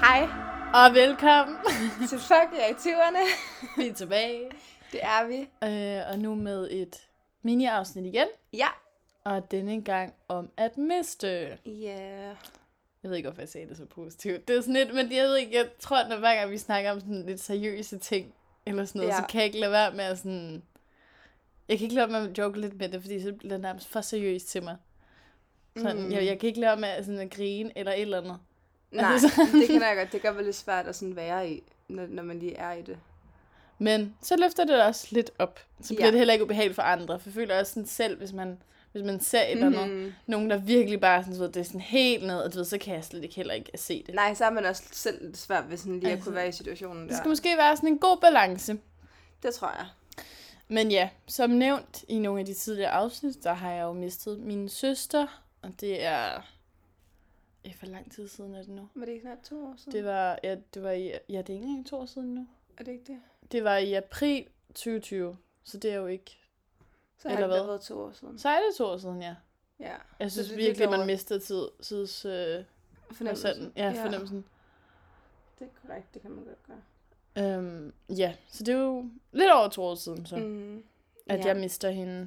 Hej og velkommen til Fuck-reaktiverne. Vi er tilbage. Det er vi. Og nu med et mini-afsnit igen. Ja. Og denne gang om at miste. Yeah. Jeg ved ikke, hvorfor jeg sagde det så positivt. Det er sådan lidt, men jeg ved ikke, jeg tror, at hver gang vi snakker om sådan lidt seriøse ting, eller sådan noget, så kan jeg ikke lade være med at sådan... Jeg kan ikke lade være med at joke lidt med det, fordi så bliver det nærmest for seriøst til mig. Sådan, jeg kan ikke lade være med sådan at grine eller et eller andet. Nej, det kan jeg godt. Det kan være lidt svært at sådan være i, når man lige er i det. Men så løfter det også lidt op. Så bliver det heller ikke ubehageligt for andre. For jeg føler også sådan selv, hvis man ser et eller andet, nogen der virkelig bare sådan, det er sådan helt ned, og så kan jeg slet ikke heller ikke se det. Nej, så er man også selv lidt svært ved sådan lige at kunne være i situationen der. Det skal måske være sådan en god balance. Det tror jeg. Men ja, som nævnt i nogle af de tidligere afsnit, der har jeg jo mistet min søster, og det er... For lang tid siden er det nu. Var det ikke snart 2 år siden? Det var det er ikke engang 2 år siden nu. Er det ikke det? Det var i april 2020, så det er jo ikke... Så har det været 2 år siden. Så er det 2 år siden, ja. Ja. Jeg synes virkelig, man mister fornemmelsen. Fornemmelsen. Det er korrekt, det kan man godt gøre. Ja, så det er jo lidt over 2 år siden, så, at jeg mister hende.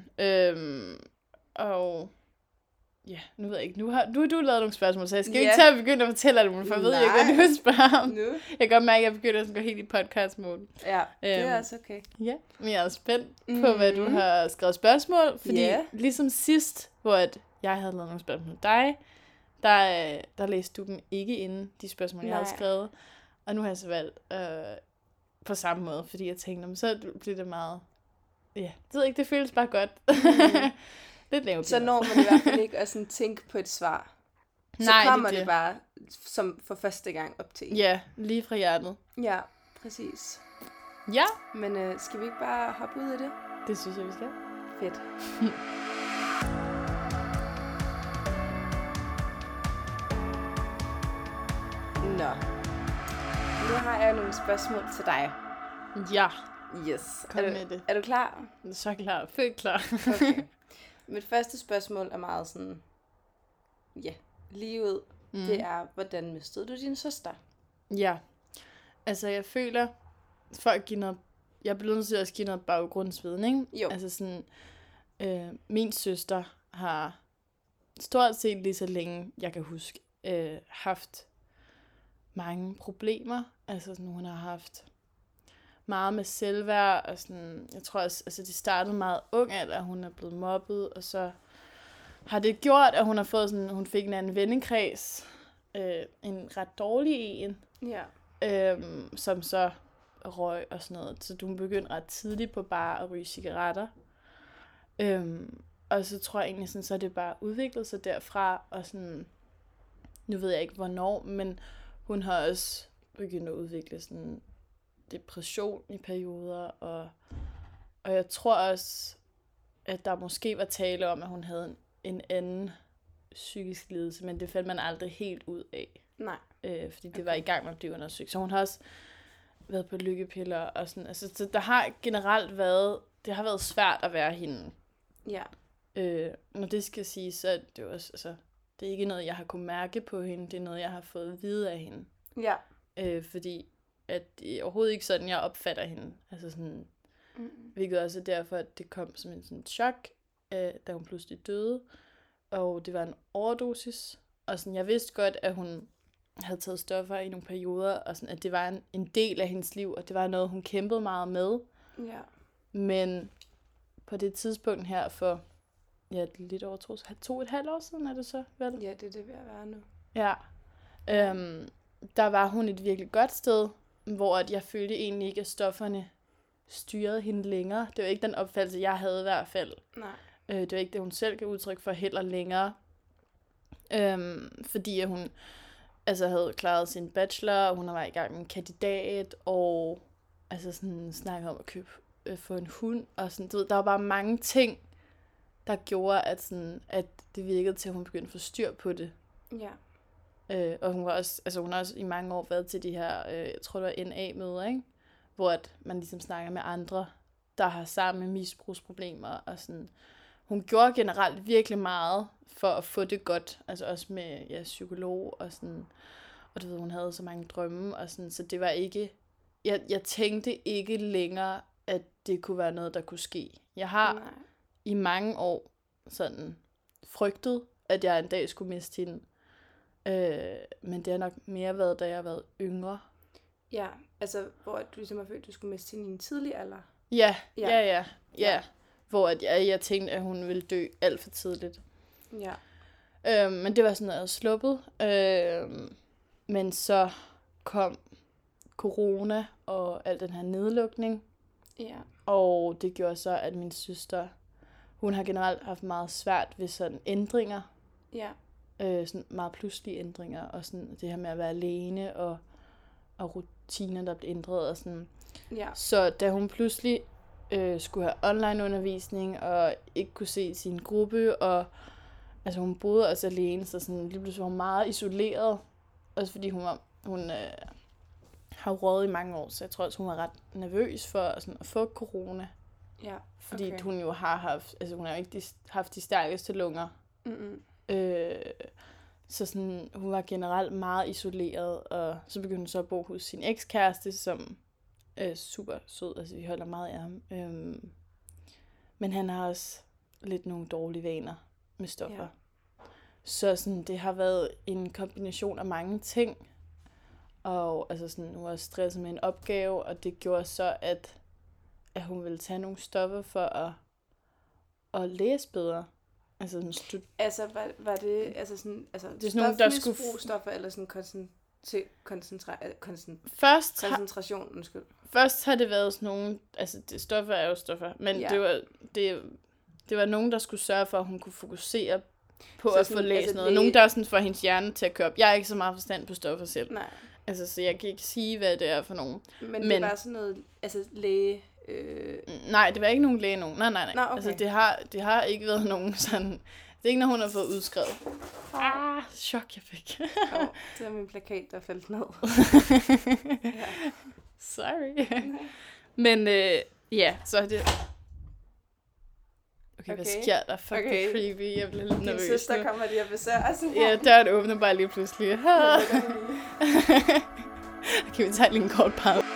Og ja, nu ved jeg ikke. Nu har du lavet nogle spørgsmål, så jeg skal ikke til at begynde at fortælle alt muligt, for jeg ved ikke, hvad du vil spørge om. Nu. Jeg kan godt mærke, at jeg begynder at gå helt i podcast-mode. Ja, det er også okay. Ja, men jeg er spændt på, hvad du har skrevet spørgsmål, fordi ligesom sidst, hvor jeg havde lavet nogle spørgsmål med dig, der læste du dem ikke inden de spørgsmål, jeg havde skrevet. Og nu har jeg så valgt på samme måde, fordi jeg tænkte, så bliver det meget... Ja, det ved jeg ikke, det føles bare godt. Lidt lavt. Så når man i hvert fald ikke at sådan tænke på et svar, så kommer det bare som for første gang op til en. Ja, lige fra hjertet. Ja, præcis. Ja. Men skal vi ikke bare hoppe ud i det? Det synes jeg, vi skal. Fedt. Nå. Nu har jeg nogle spørgsmål til dig. Ja. Yes. Kom med det. Er du klar? Så klar. Fedt klar. Okay. Mit første spørgsmål er meget sådan, lige ud. Det er, hvordan mistede du din søster? Ja. Altså, jeg føler, for at give noget, jeg bliver nødt til at give noget baggrundsviden, ikke? Jo. Altså sådan, min søster har stort set lige så længe, jeg kan huske, haft mange problemer. Altså sådan, hun har haft meget med selvværd, og sådan, jeg tror også, altså det startede meget ung, at hun er blevet mobbet, og så har det gjort, at hun har fået sådan, hun fik en anden vennekreds, en ret dårlig en, som så røg og sådan noget, så hun begyndte ret tidligt på bare at ryge cigaretter, og så tror jeg egentlig sådan, så er det bare udviklet sig derfra, og sådan, nu ved jeg ikke hvornår, men hun har også begyndt at udvikle sådan depression i perioder, og jeg tror også, at der måske var tale om, at hun havde en anden psykisk lidelse, men det fandt man aldrig helt ud af. Nej. Fordi det var i gang med at blive undersøgt. Så hun har også været på lykkepiller og sådan. Altså, så der har generelt været svært at være hende. Ja. Når det skal siges, så er det også, altså, det er ikke noget, jeg har kunnet mærke på hende. Det er noget, jeg har fået at vide af hende. Ja. Fordi at det er overhovedet ikke sådan, jeg opfatter hende. Altså sådan, hvilket også er derfor, at det kom som en sådan chok, da hun pludselig døde. Og det var en overdosis. Og sådan, jeg vidste godt, at hun havde taget stoffer i nogle perioder, og sådan, at det var en del af hendes liv, og det var noget, hun kæmpede meget med. Ja. Men på det tidspunkt her for, lidt over 2,5 år siden, er det så, vel? Ja, det er det ved at være nu. Ja. Der var hun et virkelig godt sted, hvor at jeg følte egentlig ikke, at stofferne styrede hende længere. Det var ikke den opfattelse, jeg havde i hvert fald. Nej. Det var ikke det, hun selv gav udtryk for heller længere. Fordi at hun havde klaret sin bachelor, og hun var i gang med en kandidat, og altså sådan snakkede om at få en hund, og sådan, du ved, der var bare mange ting, der gjorde, at det virkede til, at hun begyndte at få styr på det. Ja. Og hun har også i mange år været til de her, jeg tror det var NA-møder, ikke? Hvor at man ligesom snakker med andre, der har samme misbrugsproblemer, og sådan. Hun gjorde generelt virkelig meget for at få det godt, altså også med psykolog og sådan. Og du ved, hun havde så mange drømme, og sådan, så det var ikke... Jeg tænkte ikke længere, at det kunne være noget, der kunne ske. Jeg har i mange år sådan frygtet, at jeg en dag skulle miste hende. Men det har nok mere været, da jeg har været yngre. Ja, altså, hvor du ligesom har følt, at du skulle miste hende i en tidlig alder. Ja. Hvor at jeg tænkte, at hun ville dø alt for tidligt. Ja. Men det var sådan noget sluppet. Men så kom corona og al den her nedlukning. Ja. Og det gjorde så, at min søster, hun har generelt haft meget svært ved sådan ændringer. Ja. Sådan meget pludselige ændringer, og sådan det her med at være alene, og rutiner, der blev ændret, og sådan. Ja. Så da hun pludselig skulle have online undervisning, og ikke kunne se sin gruppe, og altså hun boede også alene, så sådan lige pludselig var hun meget isoleret, også fordi hun har røget i mange år, så jeg tror også, hun var ret nervøs for sådan, at få corona. Ja, fordi hun jo har haft, altså hun har jo ikke haft de stærkeste lunger. Så sådan, hun var generelt meget isoleret, og så begyndte hun så at bo hos sin ekskæreste, som er super sød, altså vi holder meget af ham. Men han har også lidt nogle dårlige vaner med stoffer. Ja. Så sådan, det har været en kombination af mange ting, og altså sådan, hun var stresset med en opgave, og det gjorde så, at hun ville tage nogle stoffer for at læse bedre. Altså sådan var det altså sådan det er sådan nogle, der skulle stoffer eller sådan koncentration, undskyld. Først har det været sådan nogle, altså stoffer er jo stoffer, men det var nogen, der skulle sørge for, at hun kunne fokusere på så at få læst altså noget. Nogen, der er sådan for hendes hjerne til at køre op. Jeg er ikke så meget forstand på stoffer selv. Nej. Altså, så jeg kan ikke sige, hvad det er for nogen. Men det var sådan noget, altså læge... Nej, det var ikke nogen læge nogen. Nej. Nå, okay. Altså, det har ikke været nogen sådan... Det er ikke, når hun har fået udskrevet. Chok, jeg fik. Det var min plakat, der faldt ned. Ja. Sorry. Men så er det... Okay, hvad sker der? Fucking creepy. Jeg bliver lidt nervøs. Din søster kommer lige og besøger os. Ja, døren åbner bare lige pludselig. Okay, vi tager lige en kort pause.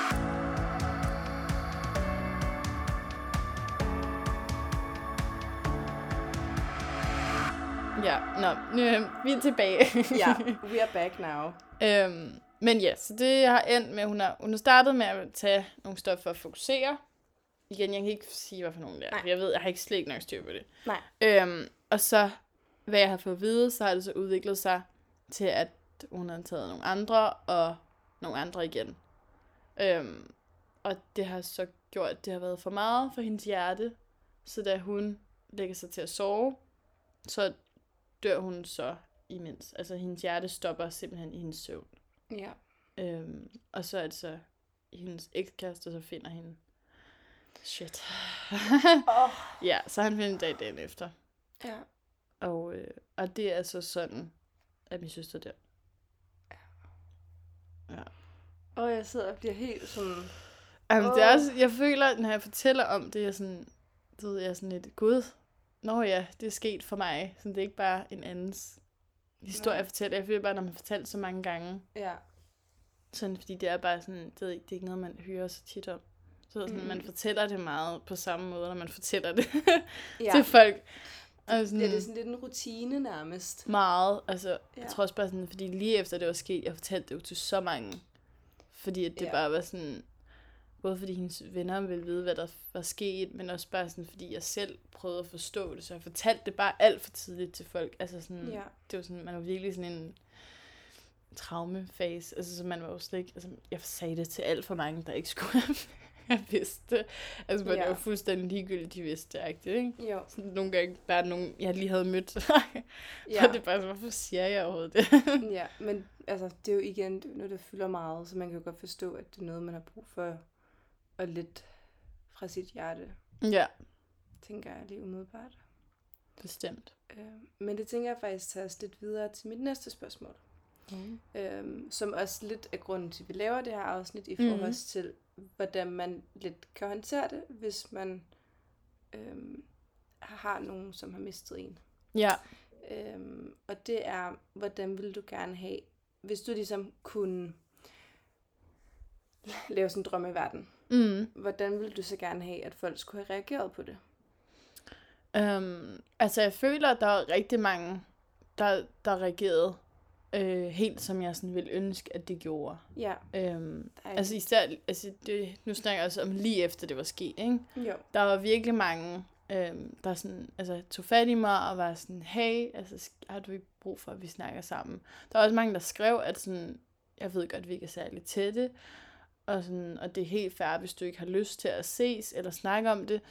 Vi er tilbage. Ja, we are back now. Men ja, så det har endt med, hun har startet med at tage nogle stoffer for at fokusere. Igen, jeg kan ikke sige, hvad for nogen det er. Jeg har ikke slet ikke nok styr på det. Nej. Og så, hvad jeg har fået at vide, så har det så udviklet sig til, at hun har taget nogle andre, og nogle andre igen. Og det har så gjort, at det har været for meget for hendes hjerte. Så da hun lægger sig til at sove, så dør hun så imens. Altså, hendes hjerte stopper simpelthen i hendes søvn. Ja. Og så er det så hendes ekskæreste, så finder hende. Shit. Ja, så han finder en dag dagen efter. Ja. Og det er så sådan, at min søster der. Ja. Og jeg sidder og bliver helt sådan... Det er også, jeg føler, når jeg fortæller om det, jeg er sådan lidt, gud, det er sket for mig. Så det er ikke bare en andens historie, jeg fortæller. Jeg føler bare, når man fortæller så mange gange. Ja. Sådan, fordi det er bare sådan, det er ikke noget, man hører så tit om. Så sådan, man fortæller det meget på samme måde, når man fortæller det til folk. Og sådan, det er sådan lidt en rutine nærmest. Meget. Altså, jeg tror også bare sådan, fordi lige efter det var sket, jeg fortalte det jo til så mange. Fordi at det bare var sådan, både fordi hendes venner ville vide, hvad der var sket, men også bare sådan, fordi jeg selv prøvede at forstå det, så jeg fortalte det bare alt for tidligt til folk. Altså sådan, det var sådan, man var virkelig sådan en traumefase. Altså, så man var jo slet ikke, altså, jeg sagde det til alt for mange, der ikke skulle have vidst det. Altså, det var fuldstændig ligegyldigt, de vidste det, ikke? Jo. Sådan nogle gange bare nogen, jeg lige havde mødt. Og det er bare sådan, hvorfor siger jeg overhovedet det? Ja, men altså, det er jo igen noget, der fylder meget, så man kan jo godt forstå, at det er noget, man har brug for at lidt fra sit hjerte. Ja. Tænker jeg lige umiddelbart. Bestemt. Men det tænker jeg faktisk tager os lidt videre til mit næste spørgsmål. Som også lidt er grunden til, at vi laver det her afsnit i forhold til, hvordan man lidt kan håndtere det, hvis man har nogen, som har mistet en. Ja. Og det er, hvordan vil du gerne have, hvis du ligesom kunne lave sådan en drøm i verden, hvordan ville du så gerne have, at folk skulle have reageret på det? Altså, jeg føler, at der er rigtig mange, der reagerede helt som jeg sådan ville ønske, at det gjorde. Ja. Altså især, nu snakker jeg også om lige efter det var sket, ikke? Jo. Der var virkelig mange, der sådan, altså, tog fat i mig og var sådan, hey, altså, har du ikke brug for, at vi snakker sammen? Der var også mange, der skrev, at sådan, jeg ved godt, at vi ikke er særlig tætte, og det er helt fair, hvis du ikke har lyst til at ses eller snakke om det,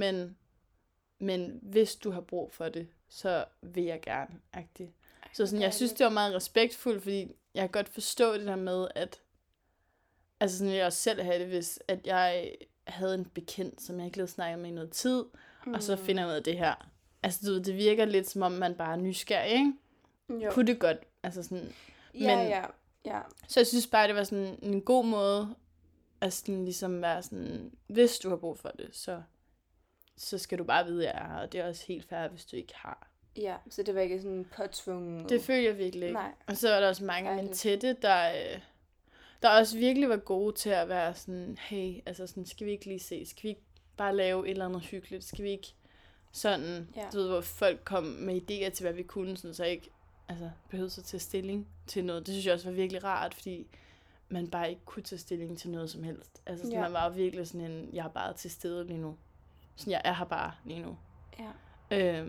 men hvis du har brug for det, så vil jeg gerne, agtigt. Så sådan, jeg synes, det var meget respektfuldt, fordi jeg kan godt forstå det der med, at altså sådan, jeg også selv havde det, hvis at jeg havde en bekendt, som jeg ikke havde snakket med i noget tid, og så finder jeg ud af det her. Altså, du ved, det virker lidt, som om man bare er nysgerrig, ikke? Jo. Kunne det godt, altså sådan. Ja. Så jeg synes bare, det var sådan en god måde, at sådan ligesom være sådan, hvis du har brug for det, så skal du bare vide, at jeg er her, og det er også helt fair, hvis du ikke har. Ja, så det var ikke sådan påtvunget. Det føler jeg virkelig ikke. Nej. Og så var der også mange af mine tætte, der også virkelig var gode til at være sådan, hey, altså sådan, skal vi ikke lige se, skal vi ikke bare lave et eller andet hyggeligt, skal vi ikke sådan, du ved, hvor folk kom med idéer til, hvad vi kunne, sådan, så jeg ikke behøvede at tage stilling til noget. Det synes jeg også var virkelig rart, fordi man bare ikke kunne tage stilling til noget som helst. Altså sådan, man var virkelig sådan en, jeg er bare til stede lige nu. Sådan, jeg er her bare lige nu. Ja.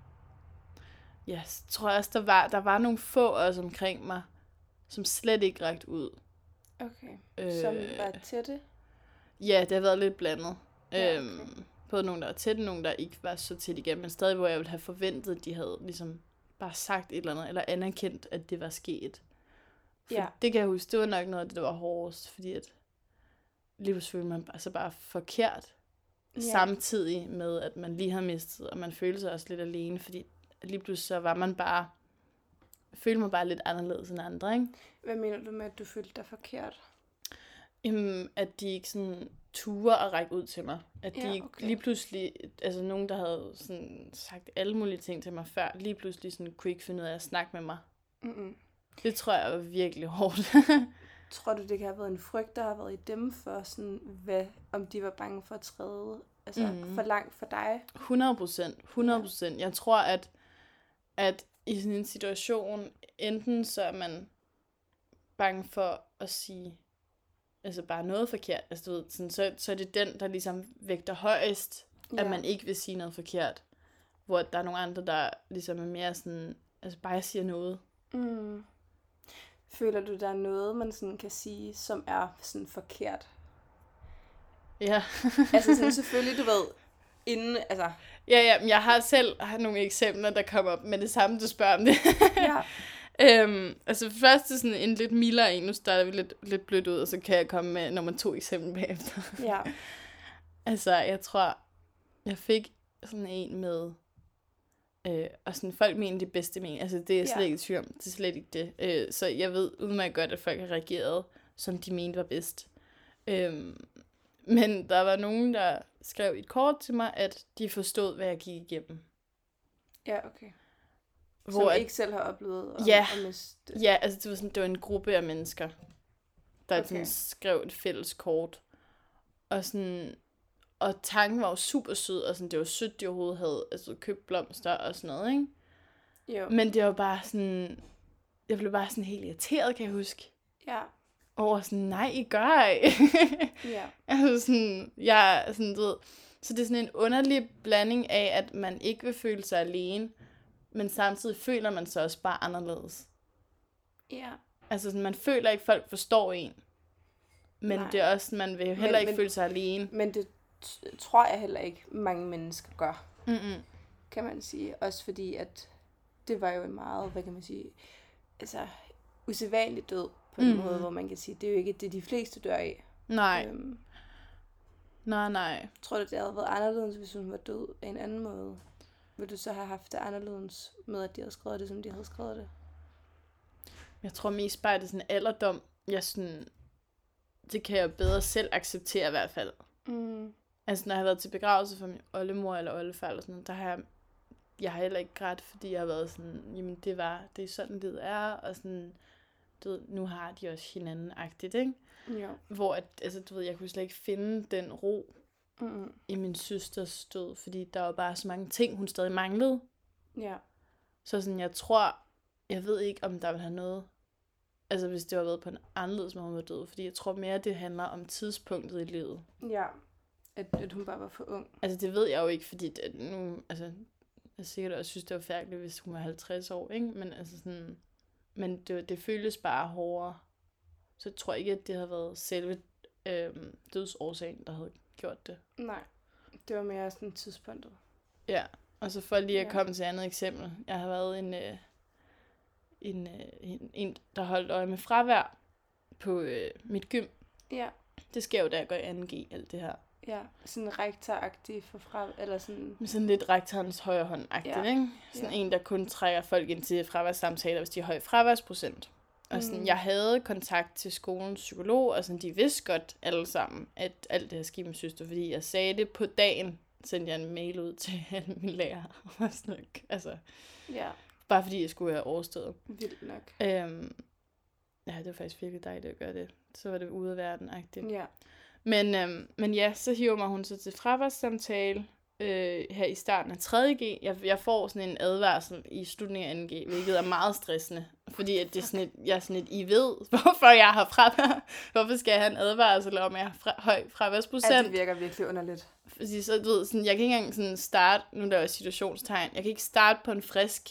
Ja, så tror jeg også, der var nogle få også omkring mig, som slet ikke rakte ud. Okay. Som var tætte? Ja, det har været lidt blandet. Ja, okay. Både nogle, der var tætte, nogle, der ikke var så tæt igen, men stadig, hvor jeg ville have forventet, at de havde ligesom bare sagt et eller andet, eller anerkendt, at det var sket. For det kan jeg huske, det var nok noget af det, der var hårdest, fordi at lige pludselig man bare forkert, samtidig med, at man lige havde mistet, og man følte sig også lidt alene, fordi lige pludselig så var man bare, følte man bare lidt anderledes end andre, ikke? Hvad mener du med, at du følte dig forkert? At de ikke sådan turde at række ud til mig. At de ikke lige pludselig, altså nogen, der havde sådan sagt alle mulige ting til mig før, lige pludselig sådan kunne ikke finde ud af at snakke med mig. Det tror jeg var virkelig hårdt. Tror du, det kan have været en frygt, der har været i dem for sådan, om de var bange for at træde for langt for dig? 100%. Jeg tror, at i sådan en situation, enten så er man bange for at sige, altså bare noget forkert, altså du ved, sådan, så er det den, der ligesom vægter højest, at man ikke vil sige noget forkert, hvor der er nogle andre, der ligesom er mere sådan, altså bare jeg siger noget. Føler du, der er noget, man sådan kan sige, som er sådan forkert? Ja. Altså sådan selvfølgelig, du ved, inden, altså. Ja, men jeg har selv nogle eksempler, der kommer op med det samme, du spørger om det. Ja. Altså først er sådan en lidt mildere en, nu starter vi lidt blødt ud, og så kan jeg komme med nummer 2 eksempel bagefter. Ja. Altså, jeg tror, jeg fik sådan en med, og sådan folk mener det bedste mening, altså det er slet ikke tvivl om, det er slet ikke det. Så jeg ved udmærket godt, at folk har reageret, som de mente var bedst. Men der var nogen, der skrev et kort til mig, at de forstod, hvad jeg gik igennem. Ja, okay. Hvor som ikke selv har oplevet at miste. Ja, altså det var en gruppe af mennesker, der sådan skrev et fælles kort. Og tanken var jo super sød, og sådan, det var sødt, de overhovedet havde købt blomster og sådan noget, ikke? Jo. Men det var bare sådan, jeg blev bare sådan helt irriteret, kan jeg huske. Ja. Over sådan, nej, I gør ej. Ja. Altså sådan, jeg sådan, du ved. Så det er sådan en underlig blanding af, at man ikke vil føle sig alene, men samtidig føler man sig også bare anderledes. Ja. Altså sådan, man føler ikke, folk forstår en. Men det er også, man vil heller ikke føle sig alene. Men det tror jeg heller ikke, mange mennesker gør. Kan man sige. Også fordi, at det var jo en meget, hvad kan man sige, altså usædvanlig død på en måde, hvor man kan sige, det er jo ikke det, de fleste dør af. Nej. Nej. Tror du, det havde været anderledes, hvis hun var død af en anden måde? Vil du så have haft det anderledes med, at de havde skrevet det, som de havde skrevet det? Jeg tror mest bare, det er sådan alderdom. Det kan jeg bedre selv acceptere i hvert fald. Altså, når jeg har været til begravelse for min oldemor eller oldefar eller sådan noget, der har jeg har heller ikke grædt, fordi jeg har været sådan, jamen det er sådan, det er, og sådan, nu har de også hinanden-agtigt, ikke? Jo. Hvor jeg kunne slet ikke finde den ro i min søsters død, fordi der var bare så mange ting, hun stadig manglede. Ja. Så sådan, jeg ved ikke, om der ville have noget, altså hvis det var været på en anderledes måde, hun var død, fordi jeg tror mere, det handler om tidspunktet i livet. Ja, at hun bare var for ung. Altså det ved jeg jo ikke, fordi nu, altså, jeg sikkert også synes, det var færdigt, hvis hun var 50 år, ikke? Men altså sådan, men det føles bare hårdere. Så jeg tror ikke, at det havde været selve dødsårsagen, der havde gjort det. Nej, det var mere sådan tidspunktet. Ja, og så for lige at komme til et andet eksempel. Jeg har været en der holdt øje med fravær på mit gym. Ja. Det sker jo, da jeg går i 2G, alt det her. Ja, sådan rektoragtig for fravær, eller sådan... Med sådan lidt rektorens højre hånd-agtigt, ikke? Sådan en, der kun trækker folk ind til fraværssamtaler, hvis de har høj fraværsprocent. Og sådan, jeg havde kontakt til skolens psykolog, og sådan, de vidste godt alle sammen, at alt det her skete med søster, fordi jeg sagde det på dagen, sendte jeg en mail ud til alle mine lærere. Altså, bare fordi jeg skulle have overstået. Vildt nok. Ja, det var faktisk virkelig dejligt at gøre det. Så var det ude af verden-agtigt. Ja. Men ja, så hiver mig hun så til fraværssamtale her i starten af 3.G. Jeg får sådan en advarsel i slutningen af 2G, hvilket er meget stressende. Fordi at det er sådan jeg er sådan et, I ved, hvorfor jeg har fravær. Hvorfor skal jeg have en advarsel om, at jeg har høj fraværsprocent? Ja, det virker virkelig underligt. Fordi så, du ved, sådan, jeg kan ikke engang sådan starte, nu der er situationstegn, jeg kan ikke starte på en frisk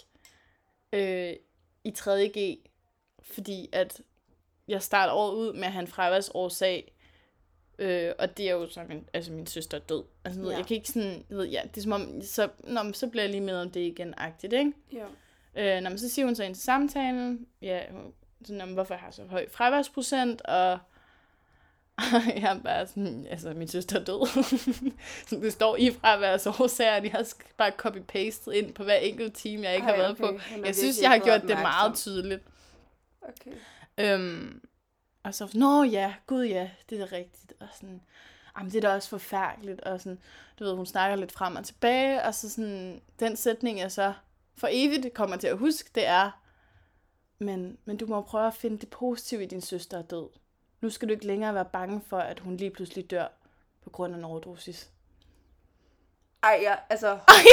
i 3.G, fordi at jeg starter året ud med at have en fraværsårsag, og det er jo sådan, min søster er død. Altså, jeg kan ikke sådan, det er som om, så bliver jeg lige med om det igen-agtigt, ikke? Jo. Men så siger hun så ind til samtalen, sådan, hvorfor jeg har så høj fraværsprocent, og jeg er bare sådan, min søster er død. Så det står i fraværsårsager, og de har bare copy-pastet ind på hver enkelt time, jeg ikke har været på. Jeg synes, jeg har gjort det meget tydeligt. Okay. Og så, nå ja, gud ja, det er da rigtigt. Og sådan, det er da også forfærdeligt. Og sådan, du ved, hun snakker lidt frem og tilbage. Og så sådan, den sætning, jeg så for evigt kommer til at huske, det er, men du må prøve at finde det positive i din søster er død. Nu skal du ikke længere være bange for, at hun lige pludselig dør på grund af en overdosis. Ej, ja, altså... Og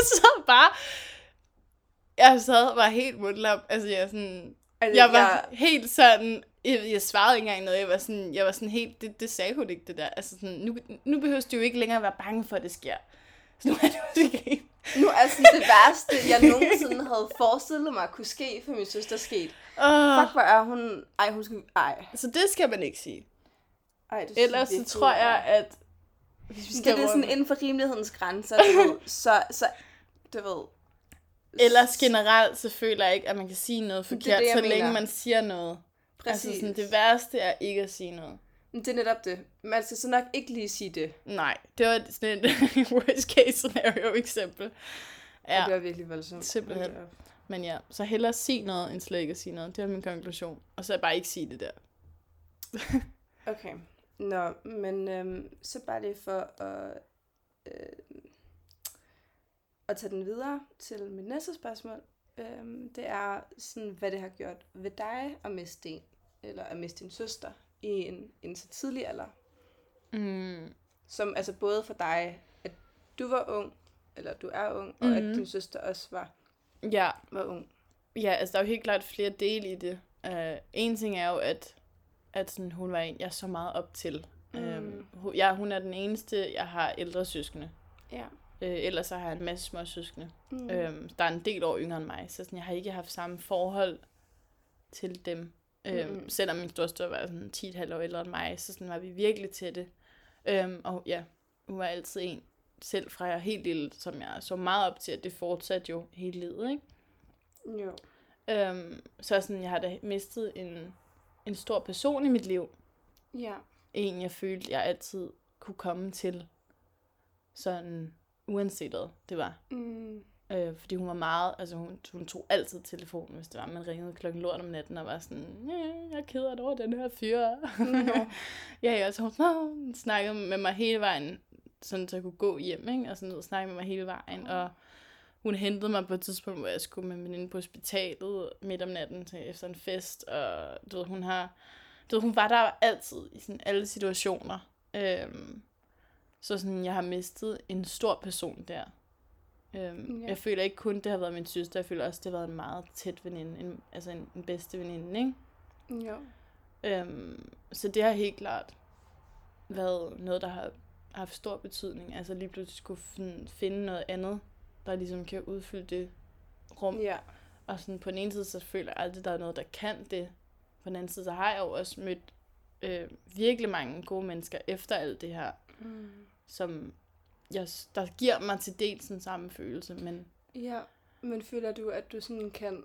jeg sad bare helt mundlam. Altså, jeg var helt sådan... Jeg svarede ikke engang noget. Jeg var sådan helt... Det sagde hun ikke, det der. Altså sådan, nu behøver du jo ikke længere være bange for, at det sker. Så nu er det jo ikke. Nu er sådan det værste, jeg nogensinde havde forestillet mig kunne ske, for min søster skete. Fuck, hvor er hun... Ej, hun skal... Ej. Så det skal man ikke sige. Ej, det ellers så tror jeg, at... Hvis vi skal det er sådan inden for rimelighedens grænser, du ved, så du ved... Ellers generelt, så føler jeg ikke, at man kan sige noget forkert, så længe man siger noget. Præcis. Altså sådan, det værste er ikke at sige noget. Men det er netop det. Man skal så nok ikke lige sige det. Nej, det var sådan et worst case scenario eksempel. Ja, det var virkelig voldsomt. Simpelthen. Okay. Men ja, så hellere sige noget, end slet ikke at sige noget. Det er min konklusion. Og så bare ikke sige det der. Okay. Nå, men så bare lige for at tage den videre til mit næste spørgsmål. Det er sådan, hvad det har gjort ved dig at miste en, eller at miste din søster i en så tidlig alder. Som altså både for dig, at du var ung, eller du er ung, og at din søster også var ung. Ja, altså der er jo helt klart flere dele i det. En ting er jo, at sådan, hun var en, jeg så meget op til. Hun er den eneste, jeg har ældre søskende. Ja. Ellers så har jeg en masse små søskende. Der er en del år yngre end mig, så sådan, jeg har ikke haft samme forhold til dem. Selvom min storesøster var sådan 10,5 år ældre end mig, så sådan var vi virkelig tætte. Og ja, hun var altid en, selv fra jeg helt lille, som jeg så meget op til, at det fortsatte jo hele livet, ikke? Jo. Så sådan, jeg har da mistet en stor person i mit liv. Ja. En, jeg følte, jeg altid kunne komme til. Sådan, uanset hvad det var. Fordi hun var meget, altså hun tog altid telefonen, hvis det var, man ringede klokken lort om natten, og var sådan, jeg er ked af det over den her fyr. Ja, og så hun snakkede med mig hele vejen, sådan så jeg kunne gå hjem, ikke? Og sådan noget, snakkede med mig hele vejen, og hun hentede mig på et tidspunkt, hvor jeg skulle med min veninde på hospitalet midt om natten efter en fest, og du ved, hun var der altid i sådan alle situationer. Så sådan, jeg har mistet en stor person der. Jeg føler ikke kun, det har været min søster, jeg føler også, det har været en meget tæt veninde, en bedste veninde, ikke? Jo. Så det har helt klart været noget, der har haft stor betydning. Altså lige pludselig skulle finde noget andet, der ligesom kan udfylde det rum. Ja. Og sådan på den ene side, så føler jeg aldrig, der er noget, der kan det. På den anden side, så har jeg jo også mødt virkelig mange gode mennesker efter alt det her, som der giver mig til dels en samme følelse, men... Ja, men føler du, at du sådan kan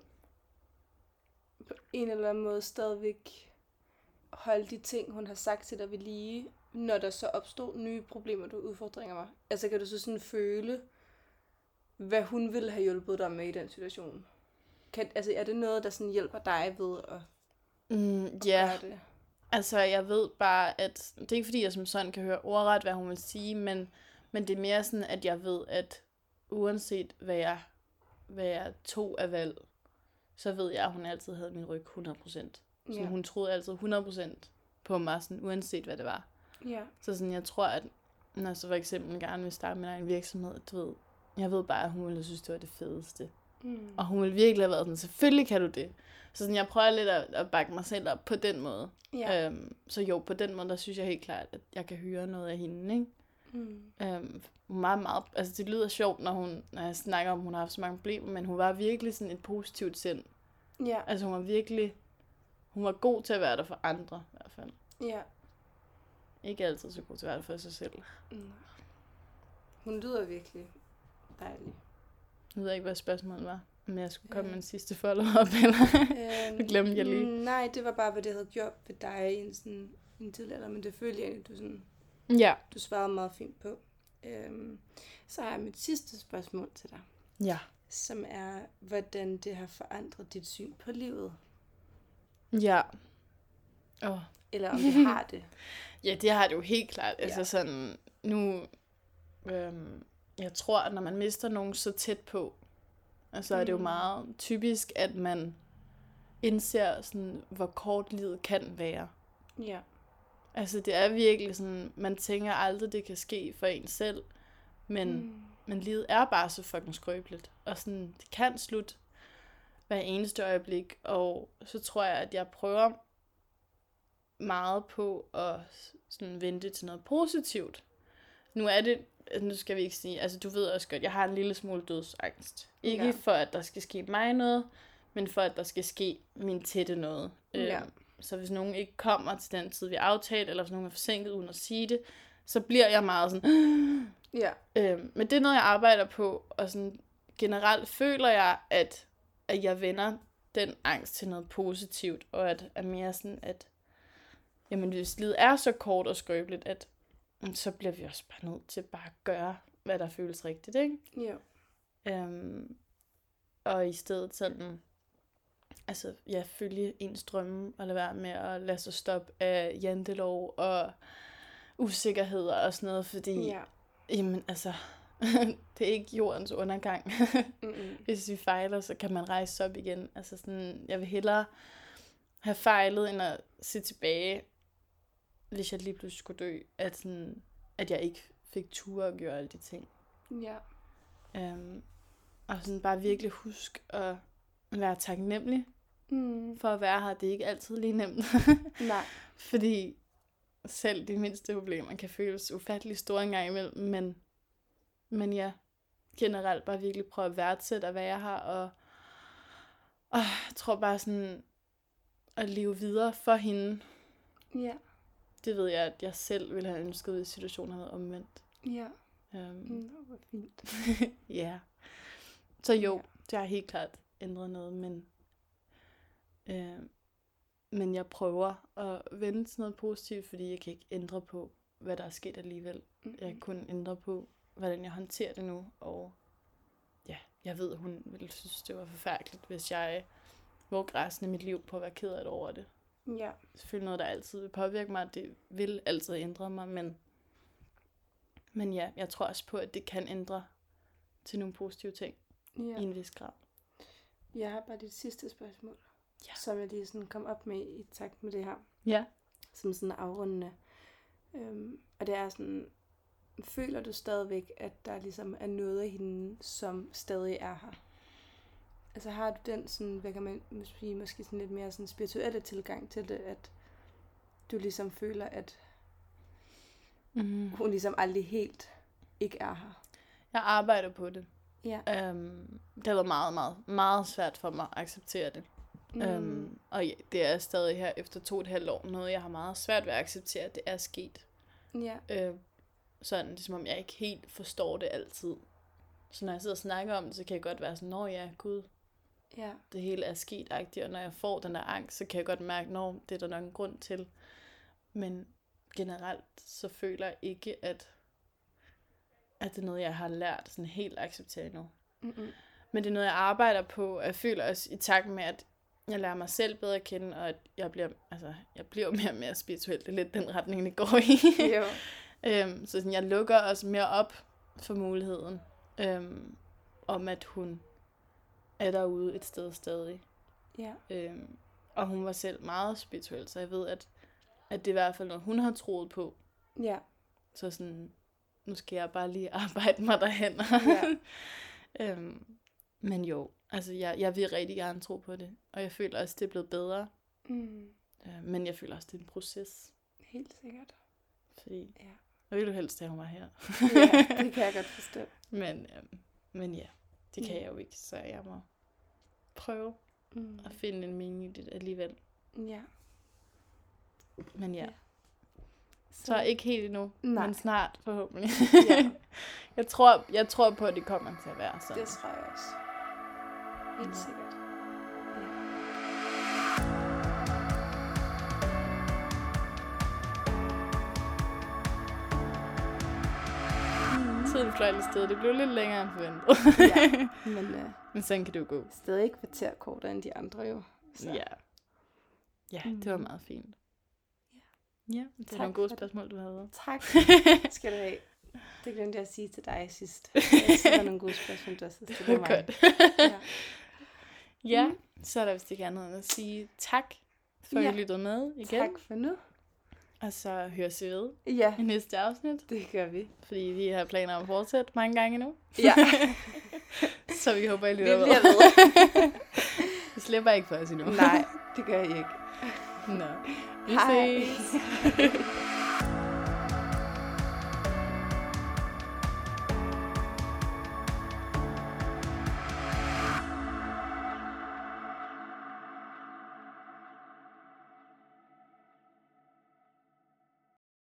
på en eller anden måde stadigvæk holde de ting, hun har sagt til dig ved lige, når der så opstod nye problemer, du udfordringer mig? Altså kan du så sådan føle, hvad hun ville have hjulpet dig med i den situation? Er det noget, der sådan hjælper dig ved at gøre det? Altså jeg ved bare, at det er ikke fordi, jeg som sådan kan høre ordret, hvad hun vil sige, men det er mere sådan, at jeg ved, at uanset hvad jeg tog af valg, så ved jeg, at hun altid havde min ryg 100%. Så hun troede altid 100% på mig, sådan, uanset hvad det var. Ja. Så sådan, jeg tror, at når jeg så for eksempel gerne vil starte med en virksomhed, jeg ved bare, at hun ville synes, det var det fedeste. Og hun ville virkelig have været sådan, selvfølgelig kan du det. Så sådan, jeg prøver lidt at bakke mig selv op på den måde. Ja. Så jo, på den måde, der synes jeg helt klart, at jeg kan høre noget af hende, ikke? Meget, meget, altså det lyder sjovt, når jeg snakker om, hun har haft så mange problemer, men hun var virkelig sådan et positivt sind. Ja. Altså hun var god til at være der for andre, i hvert fald. Ja. Ikke altid så god til at være der for sig selv. Hun lyder virkelig dejlig. Jeg ved ikke, hvad spørgsmålet var. Om jeg skulle komme med en sidste follow-up, eller du glemte jeg lige. Nej, det var bare, hvad det havde gjort ved dig i en tidligere alder, men det følte jeg egentlig, du svarede meget fint på. Så har jeg mit sidste spørgsmål til dig. Ja. Som er, hvordan det har forandret dit syn på livet. Ja. Eller om det har det. Ja, det har det jo helt klart. Altså sådan, nu... jeg tror, at når man mister nogen så tæt på, så er det jo meget typisk, at man indser, sådan, hvor kort livet kan være. Ja. Altså, det er virkelig sådan, man tænker aldrig, det kan ske for en selv, men livet er bare så fucking skrøbeligt. Og sådan, det kan slutte hver eneste øjeblik, og så tror jeg, at jeg prøver meget på at sådan vente til noget positivt. Nu skal vi ikke sige, altså du ved også godt, jeg har en lille smule dødsangst. Ikke for, at der skal ske mig noget, men for, at der skal ske min tætte noget. Så hvis nogen ikke kommer til den tid, vi aftalte, eller hvis nogen er forsinket uden at sige det, så bliver jeg meget sådan... men det er noget, jeg arbejder på, og sådan generelt føler jeg, at jeg vender den angst til noget positivt, og at er mere sådan, at jamen, hvis livet er så kort og skrøbeligt, at så bliver vi også bare nødt til bare at gøre, hvad der føles rigtigt, ikke? Jo. Og i stedet sådan, altså, følge ens drømme, og lade være med at lade sig stoppe af jantelov og usikkerheder og sådan noget, fordi, jamen, altså, det er ikke jordens undergang. Hvis vi fejler, så kan man rejse sig op igen. Altså sådan, jeg vil hellere have fejlet, end at se tilbage, hvis jeg lige pludselig skulle dø, at jeg ikke fik tur at gøre alle de ting. Ja. Og sådan bare virkelig huske at være taknemmelig for at være her. Det er ikke altid lige nemt. Nej. Fordi selv de mindste problemer kan føles ufattelig store en gang imellem, men ja, generelt bare virkelig prøve at værdsætte at være her, og jeg tror bare sådan, at leve videre for hende. Ja. Det ved jeg, at jeg selv ville have ønsket, hvis situationen havde været omvendt. Ja. Hvor fint. Ja. Så jo, det har helt klart ændret noget, men jeg prøver at vende til noget positivt, fordi jeg kan ikke ændre på, hvad der er sket alligevel. Jeg kan kun ændre på, hvordan jeg håndterer det nu, og ja, jeg ved, hun ville synes, det var forfærdeligt, hvis jeg brugte resten af mit liv på at være ked af det over det. Ja. Selvfølgelig noget, der altid vil påvirke mig, det vil altid ændre mig, men ja, jeg tror også på, at det kan ændre til nogle positive ting. i en vis grad. Jeg har bare dit sidste spørgsmål, Ja. som jeg lige sådan kom op med i takt med det her, Ja. som sådan afrundende. Og det er sådan, føler du stadigvæk, at der ligesom er noget af hende, som stadig er her? Altså har du den sådan, hvad kan man sige, måske sådan lidt mere sådan spirituelle tilgang til det, at du ligesom føler, at hun ligesom aldrig helt ikke er her? Jeg arbejder på det. Ja. Det har været meget, meget, meget svært for mig at acceptere det. Og ja, det er stadig her efter 2,5 år noget, jeg har meget svært ved at acceptere, at det er sket. Ja. Sådan, det er som om jeg ikke helt forstår det altid. Så når jeg sidder og snakker om det, så kan jeg godt være sådan, nå ja, gud, Ja. det hele er sket-agtigt. Og når jeg får den der angst, så kan jeg godt mærke, nå, det er der nok en grund til. Men generelt, så føler jeg ikke, at det er noget, jeg har lært sådan helt at acceptere endnu. Mm-mm. Men det er noget, jeg arbejder på, og jeg føler også i takt med, at jeg lærer mig selv bedre at kende, og at jeg bliver mere og mere spirituel. Det er lidt den retning, det går i. Jo. Så sådan, jeg lukker også mere op for muligheden, om at hun er derude et sted stadig. Ja. Og hun var selv meget spirituel, så jeg ved, at det er i hvert fald noget, hun har troet på. Ja. Så sådan, nu skal jeg bare lige arbejde mig derhen. Ja. Men jo, altså jeg vil rigtig gerne tro på det. Og jeg føler også, det er blevet bedre. Men jeg føler også, det er en proces. Helt sikkert. Fordi Ja. jeg ville jo helst have, hun var her. Ja, det kan jeg godt forstå. Men ja, det kan jeg jo ikke, så jeg må prøve at finde en mening i det alligevel. Ja. Men ja. Så ikke helt endnu, men snart forhåbentlig. Ja. jeg tror på, at det kommer til at være sådan. Det tror jeg også. Helt sikkert. Tiden fløj lidt sted. Det blev lidt længere end forventet. Men sådan kan det jo gå. Stadig ikke kvarter kortere end de andre jo. Så. Ja, det var meget fint. Ja, det var nogle gode spørgsmål, du havde. Tak skal du have. Det glemte jeg at sige til dig sidst. Jeg synes, der var nogle gode spørgsmål, du også havde stillet mig. Godt. Ja, så er der vist ikke andet end at sige tak, for at I lyttede med igen. Tak for nu. Og så høres vi ved i næste afsnit. Det gør vi. Fordi vi har planer om at fortsætte mange gange endnu. Ja. Så vi håber, I lytter med. Vi bliver ved. Vi slipper ikke for os endnu. Nej, det gør I ikke. Nå, vi ses.